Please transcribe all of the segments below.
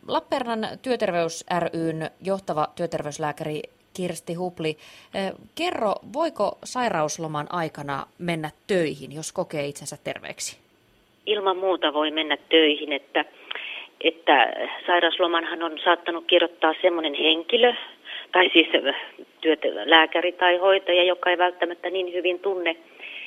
Lappeenrannan työterveys ry:n johtava työterveyslääkäri Kirsti Hupli, kerro, voiko sairausloman aikana mennä töihin, jos kokee itsensä terveeksi? Ilman muuta voi mennä töihin, että sairauslomanhan on saattanut kirjoittaa semmoinen henkilö, tai siis lääkäri tai hoitaja, joka ei välttämättä niin hyvin tunne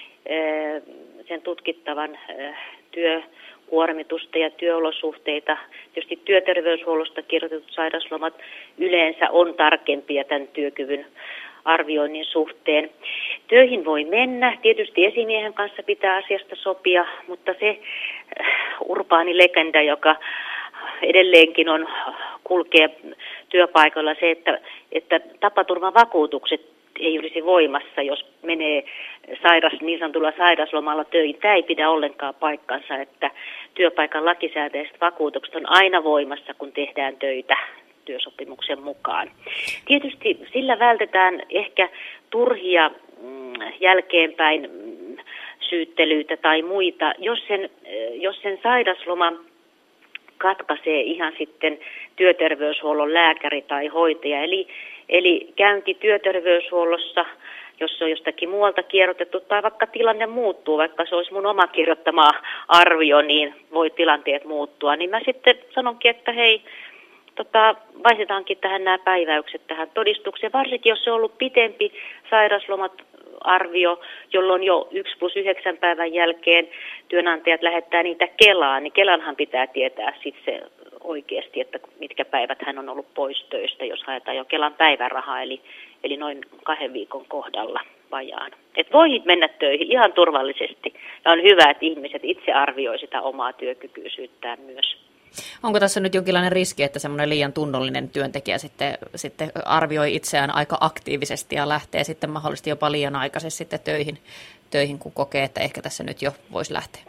sen tutkittavan työkuormitusta ja työolosuhteita. Tietysti työterveyshuollosta kirjoitetut sairauslomat yleensä on tarkempia tämän työkyvyn arvioinnin suhteen. Töihin voi mennä, tietysti esimiehen kanssa pitää asiasta sopia, mutta se urbaani legenda, joka edelleenkin kulkee työpaikoilla, se, että tapaturmavakuutukset ei olisi voimassa, jos menee niin sanotulla sairaslomalla töihin. Tämä ei pidä ollenkaan paikkansa, että työpaikan lakisääteiset vakuutukset on aina voimassa, kun tehdään töitä työsopimuksen mukaan. Tietysti sillä vältetään ehkä turhia jälkeenpäin syyttelyitä tai muita, jos sen sairasloman katkaisee ihan sitten työterveyshuollon lääkäri tai hoitaja. Eli käynti työterveyshuollossa, jos se on jostakin muualta kirjoitettu tai vaikka tilanne muuttuu, vaikka se olisi mun oma kirjoittama arvio, niin voi tilanteet muuttua. Niin mä sitten sanonkin, että hei, vaihdetaankin tähän nämä päiväykset tähän todistukseen, varsinkin jos se on ollut pitempi sairaslomat arvio, jolloin jo 1+9 päivän jälkeen työnantajat lähettää niitä Kelaan, niin Kelanhan pitää tietää sitten se oikeasti, että mitkä päivät hän on ollut pois töistä, jos haetaan jo Kelan päivärahaa, eli noin 2 viikon kohdalla vajaan. Et voi mennä töihin ihan turvallisesti ja on hyvä, että ihmiset itse arvioi sitä omaa työkykyisyyttään myös. Onko tässä nyt jonkinlainen riski, että semmoinen liian tunnollinen työntekijä sitten arvioi itseään aika aktiivisesti ja lähtee sitten mahdollisesti jopa liian aikaisesti sitten töihin, kun kokee, että ehkä tässä nyt jo voisi lähteä?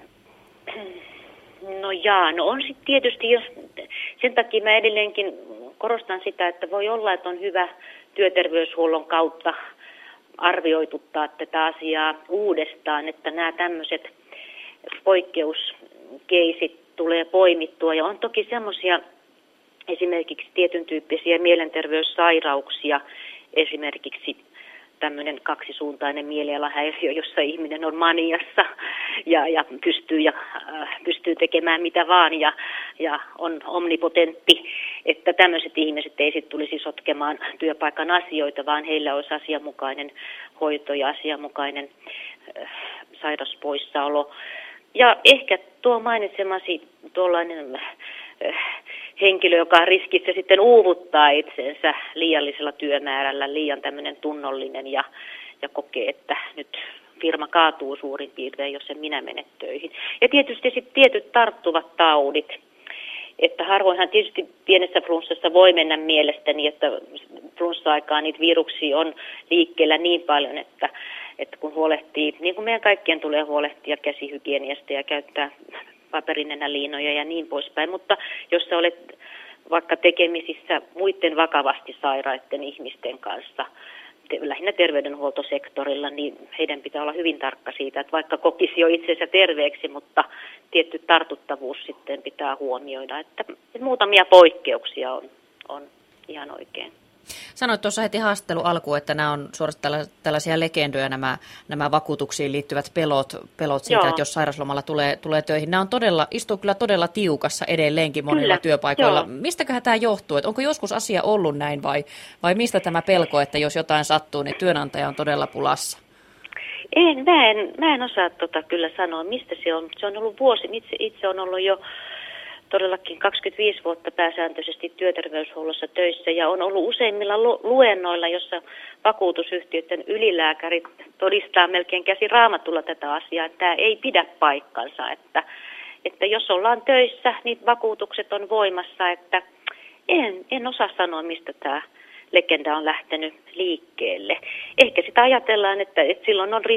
No on sitten tietysti, sen takia mä edelleenkin korostan sitä, että voi olla, että on hyvä työterveyshuollon kautta arvioituttaa tätä asiaa uudestaan, että nämä tämmöiset poikkeuskeisit tulee poimittua. Ja on toki semmoisia esimerkiksi tietyn tyyppisiä mielenterveyssairauksia, esimerkiksi tämmöinen kaksisuuntainen mielialahäiriö, jossa ihminen on maniassa ja pystyy tekemään mitä vaan ja on omnipotentti, että tämmöiset ihmiset ei sitten tulisi sotkemaan työpaikan asioita, vaan heillä olisi asianmukainen hoito ja asianmukainen sairauspoissaolo. Ja ehkä tuo mainitsemasi tuollainen henkilö, joka on riskissä sitten uuvuttaa itsensä liiallisella työmäärällä, liian tämmöinen tunnollinen ja kokee, että nyt firma kaatuu suurin piirtein, jos en minä mene töihin. Ja tietysti sitten tietyt tarttuvat taudit. Että harvoinhan tietysti pienessä flunssassa voi mennä mielestäni, että flunssa-aikaan niitä viruksia on liikkeellä niin paljon, että kun huolehtii, niin kuin meidän kaikkien tulee huolehtia käsihygieniasta ja käyttää paperinenäliinoja ja niin poispäin, mutta jos sä olet vaikka tekemisissä muiden vakavasti sairaiden ihmisten kanssa, lähinnä terveydenhuoltosektorilla, niin heidän pitää olla hyvin tarkka siitä, että vaikka kokisi jo itsensä terveeksi, mutta tietty tartuttavuus sitten pitää huomioida, että muutamia poikkeuksia on ihan oikein. Sanoit tuossa heti haastattelu alkuun, että nämä on suorastaan tällaisia legendoja, nämä vakuutuksiin liittyvät pelot siitä, Joo. Että jos sairauslomalla tulee töihin. Nämä istuu kyllä todella tiukassa edelleenkin monilla työpaikoilla. Joo. Mistäköhän tämä johtuu? Että onko joskus asia ollut näin vai mistä tämä pelko, että jos jotain sattuu, niin työnantaja on todella pulassa? Mä en osaa kyllä sanoa, mistä se on. Se on ollut vuosi. Itse on ollut jo todellakin 25 vuotta pääsääntöisesti työterveyshuollossa töissä ja on ollut useimmilla luennoilla, jossa vakuutusyhtiöiden ylilääkärit todistaa melkein käsiraamatulla tätä asiaa, että tämä ei pidä paikkansa, että jos ollaan töissä, niin vakuutukset on voimassa, että en osaa sanoa, mistä tämä legenda on lähtenyt liikkeelle. Ehkä sitä ajatellaan, että silloin on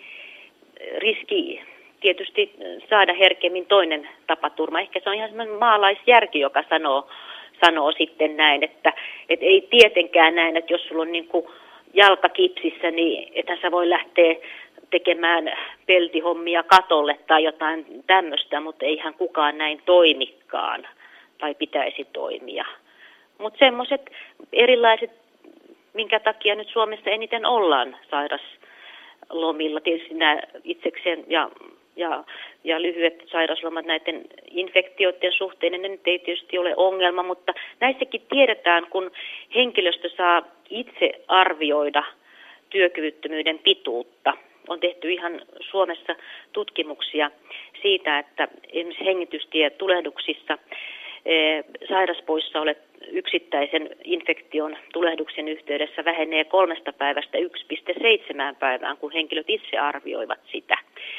riski tietysti saada herkemmin toinen tapaturma. Ehkä se on ihan semmoinen maalaisjärki, joka sanoo sitten näin, että ei tietenkään näin, että jos sulla on niin kuin jalka kipsissä, niin ethän sä voi lähteä tekemään peltihommia katolle tai jotain tämmöistä, mutta eihän kukaan näin toimikaan. tai pitäisi toimia. Mutta semmoiset erilaiset, minkä takia nyt Suomessa eniten ollaan sairaslomilla, tietysti nämä itsekseen ja lyhyet sairaslomat näiden infektioiden suhteen, ne nyt ei tietysti ole ongelma, mutta näissäkin tiedetään, kun henkilöstö saa itse arvioida työkyvyttömyyden pituutta. On tehty ihan Suomessa tutkimuksia siitä, että esimerkiksi hengitystietulehduksissa sairaspoissaolet yksittäisen infektion tulehduksen yhteydessä vähenee 3 päivästä 1,7 päivään, kun henkilöt itse arvioivat sitä.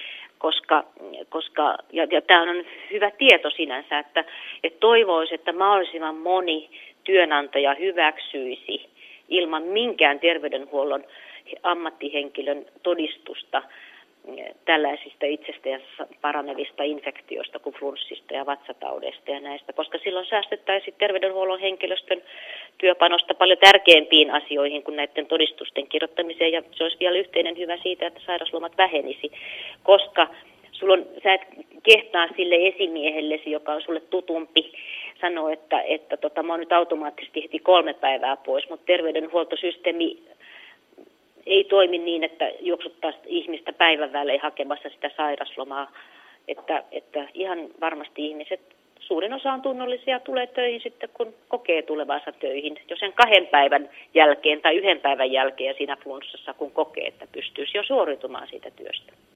Ja tämä on hyvä tieto sinänsä, että toivoisi, että mahdollisimman moni työnantaja hyväksyisi ilman minkään terveydenhuollon ammattihenkilön todistusta tällaisista itsestään paranevista infektioista kuin flunssista ja vatsataudeista ja näistä, koska silloin säästettäisiin terveydenhuollon henkilöstön työpanosta paljon tärkeämpiin asioihin kuin näiden todistusten kirjoittamiseen, ja se olisi vielä yhteinen hyvä siitä, että sairaslomat vähenisi, koska sä et kehtaa sille esimiehellesi, joka on sulle tutumpi, sanoa, että mä oon nyt automaattisesti heti 3 päivää pois, mutta terveydenhuoltosysteemi ei toimi niin, että juoksuttaisiin ihmistä päivän välein hakemassa sitä sairaslomaa, että ihan varmasti ihmiset, suurin osa on tunnollisia, tulee töihin sitten, kun kokee tulevansa töihin, jo sen 2 päivän jälkeen tai 1 päivän jälkeen siinä flunssassa, kun kokee, että pystyisi jo suoriutumaan siitä työstä.